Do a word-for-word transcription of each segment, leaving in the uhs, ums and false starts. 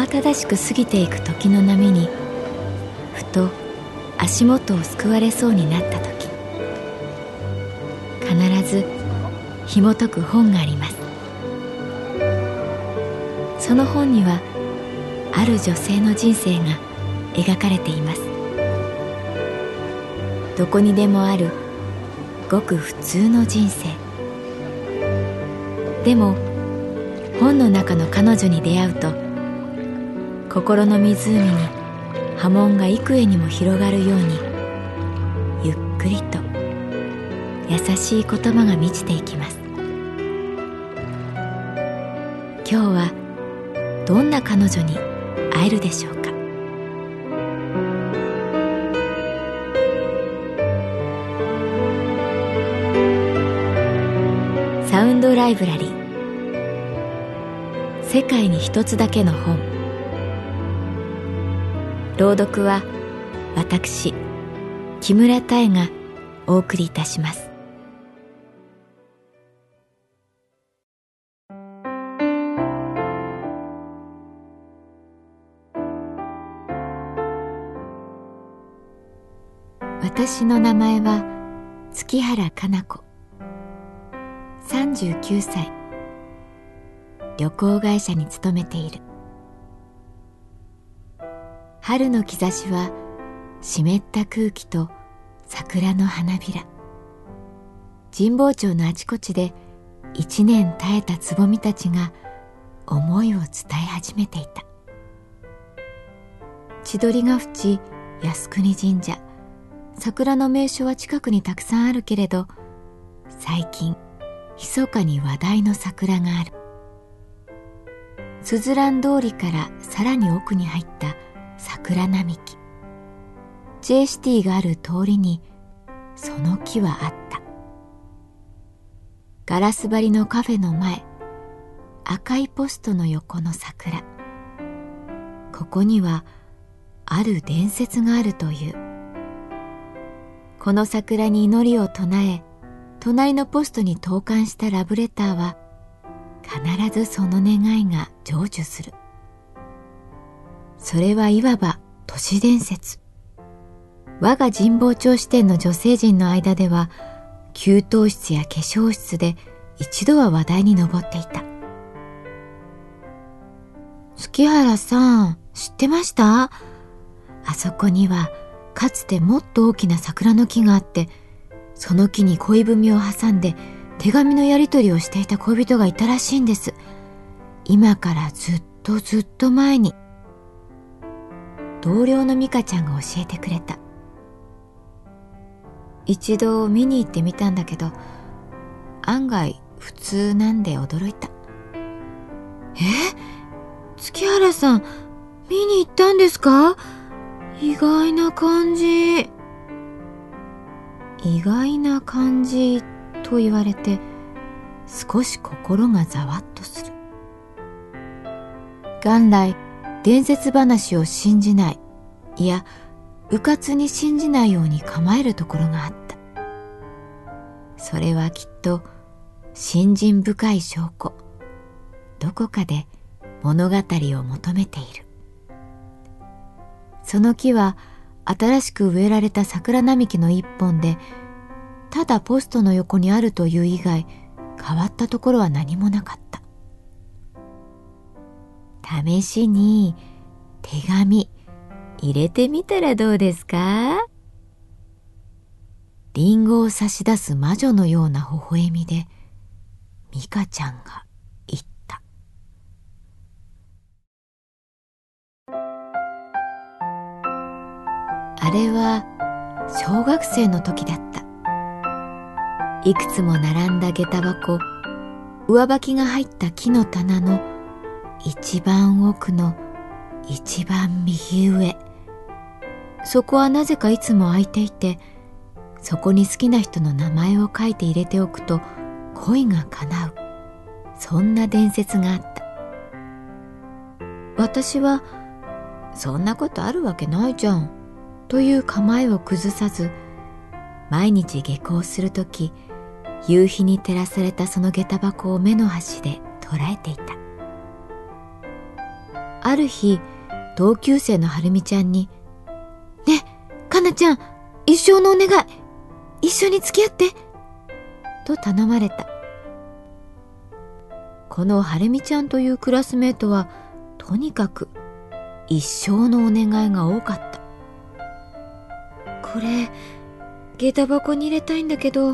慌ただしく過ぎていく時の波にふと足元をすくわれそうになった時、必ず紐解く本があります。その本にはある女性の人生が描かれています。どこにでもあるごく普通の人生。でも本の中の彼女に出会うと、心の湖に波紋が幾重にも広がるように、ゆっくりと優しい言葉が満ちていきます。今日はどんな彼女に会えるでしょうか。サウンドライブラリー、世界に一つだけの本。朗読は私木村多江がお送りいたします。私の名前は月原かな子、さんじゅうきゅうさい、旅行会社に勤めている。春の兆しは湿った空気と桜の花びら。神保町のあちこちで一年耐えたつぼみたちが思いを伝え始めていた。千鳥ヶ淵、靖国神社、桜の名所は近くにたくさんあるけれど、最近密かに話題の桜がある。すずらん通りからさらに奥に入った桜並木。J シティがある通りにその木はあった。ガラス張りのカフェの前、赤いポストの横の桜。ここにはある伝説があるという。この桜に祈りを唱え、隣のポストに投函したラブレターは必ずその願いが成就する。それはいわば都市伝説。我が神保町支店の女性陣の間では、給湯室や化粧室で一度は話題に上っていた。月原さん、知ってました？あそこにはかつてもっと大きな桜の木があって、その木に恋文を挟んで手紙のやり取りをしていた恋人がいたらしいんです。今からずっとずっと前に。同僚の美香ちゃんが教えてくれた。一度見に行ってみたんだけど、案外普通なんで驚いた。え？月原さん、見に行ったんですか？意外な感じ。意外な感じと言われて少し心がざわっとする。元来伝説話を信じない、いや迂闊に信じないように構えるところがあった。それはきっと信心深い証拠。どこかで物語を求めている。その木は新しく植えられた桜並木の一本で、ただポストの横にあるという以外変わったところは何もなかった。試しに手紙入れてみたらどうですか？リンゴを差し出す魔女のような微笑みで美香ちゃんが言った。あれは小学生の時だった。いくつも並んだ下駄箱、上履きが入った木の棚の一番奥の一番右上。そこはなぜかいつも空いていて、そこに好きな人の名前を書いて入れておくと恋が叶う。そんな伝説があった。私は、そんなことあるわけないじゃん、という構えを崩さず、毎日下校するとき、夕日に照らされたその下駄箱を目の端で捉えていた。 ある日、同級生のはるみちゃんに、ねえ、かなちゃん、一生のお願い、一緒に付き合って、と頼まれた。このはるみちゃんというクラスメートは、とにかく一生のお願いが多かった。これ、下駄箱に入れたいんだけど。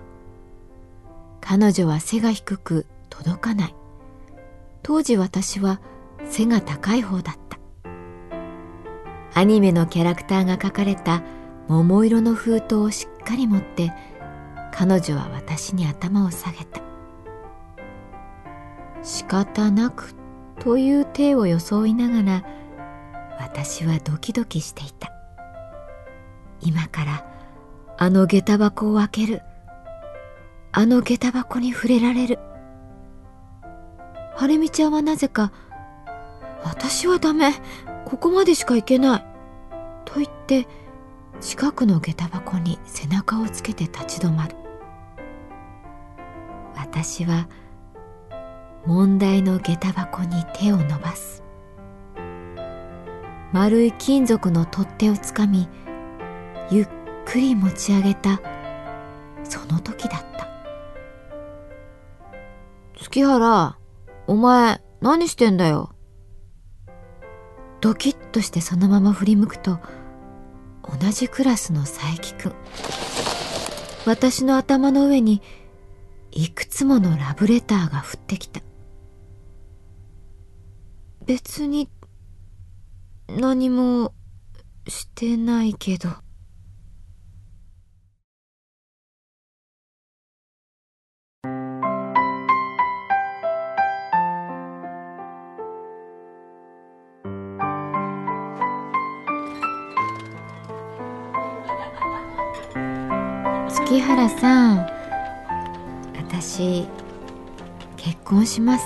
彼女は背が低く届かない。当時私は背が高い方だった。アニメのキャラクターが描かれた桃色の封筒をしっかり持って、彼女は私に頭を下げた。仕方なくという体を装いながら、私はドキドキしていた。今からあの下駄箱を開ける。あの下駄箱に触れられる。はるみちゃんはなぜか、私はダメ、ここまでしか行けない、と言って、近くの下駄箱に背中をつけて立ち止まる。私は問題の下駄箱に手を伸ばす。丸い金属の取っ手をつかみ、ゆっくり持ち上げたその時だった。月原、お前何してんだよ。ドキッとしてそのまま振り向くと、同じクラスの佐伯くん。私の頭の上にいくつものラブレターが降ってきた。別に何もしてないけど。月原さん、私結婚します。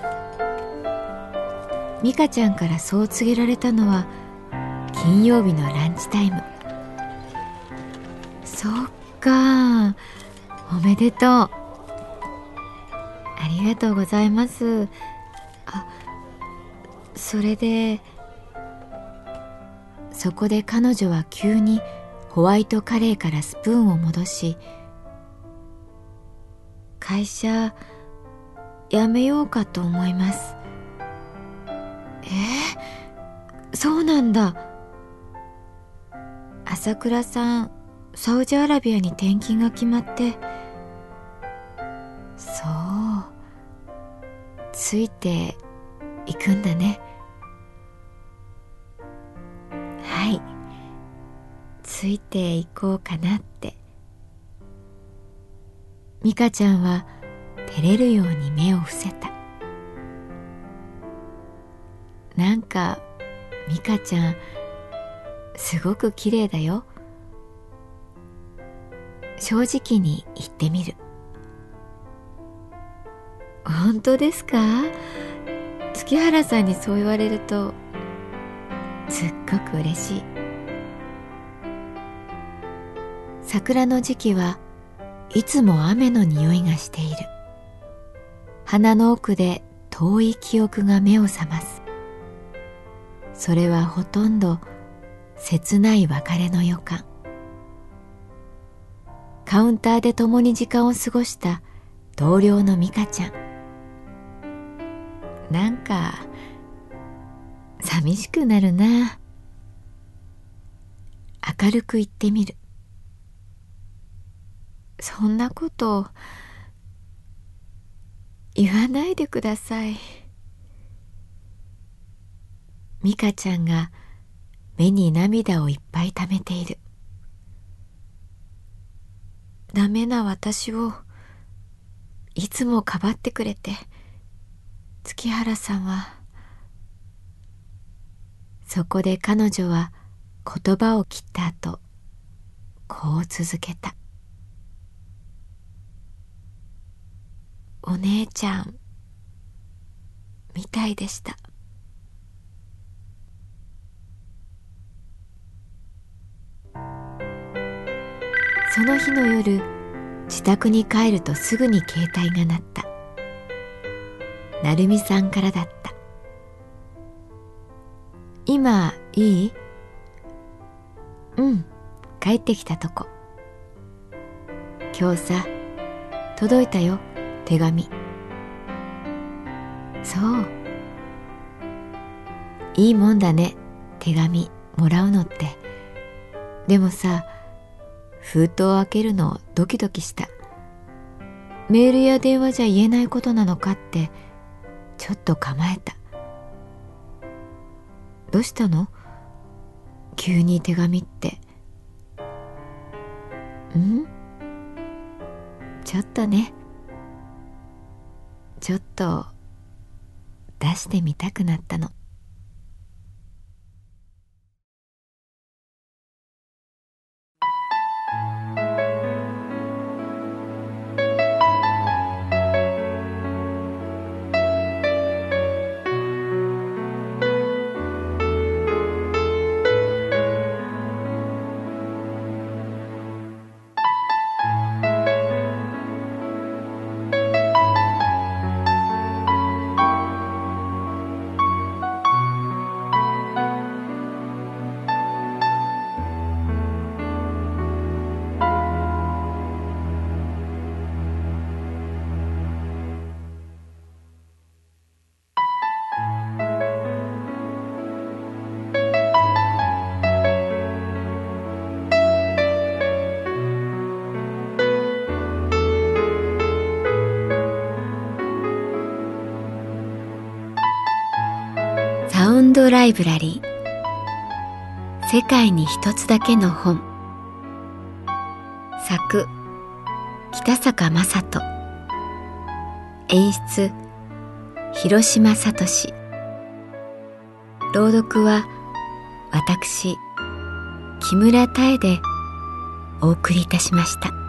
美香ちゃんからそう告げられたのは金曜日のランチタイム。そっか、おめでとう。ありがとうございます。あ、それで、そこで彼女は急にホワイトカレーからスプーンを戻し、会社辞めようかと思います。えー、そうなんだ。朝倉さん、サウジアラビアに転勤が決まって。そう、ついていくんだね。はい、ついていこうかなって。美香ちゃんは照れるように目を伏せた。なんか美香ちゃんすごく綺麗だよ。正直に言ってみる。本当ですか？月原さんにそう言われるとすっごく嬉しい。桜の時期はいつも雨の匂いがしている。鼻の奥で遠い記憶が目を覚ます。それはほとんど切ない別れの予感。カウンターで共に時間を過ごした同僚の美香ちゃん。なんか寂しくなるな。明るく言ってみる。そんなこと言わないでください。美香ちゃんが目に涙をいっぱい溜めている。ダメな私をいつもかばってくれて、月原さんは。そこで彼女は言葉を切った後、こう続けた。お姉ちゃんみたいでした。その日の夜、自宅に帰るとすぐに携帯が鳴った。成美さんからだった。 今いい？うん、帰ってきたとこ。今日さ、届いたよ、手紙。そう。いいもんだね、手紙もらうのって。でもさ、封筒を開けるのドキドキした。メールや電話じゃ言えないことなのかってちょっと構えた。どうしたの？急に手紙って。ん？ちょっとね。ちょっと出してみたくなったの。サウンドライブラリー、世界に一つだけの本。作北坂雅人、演出広島聡、朗読は私木村多江でお送りいたしました。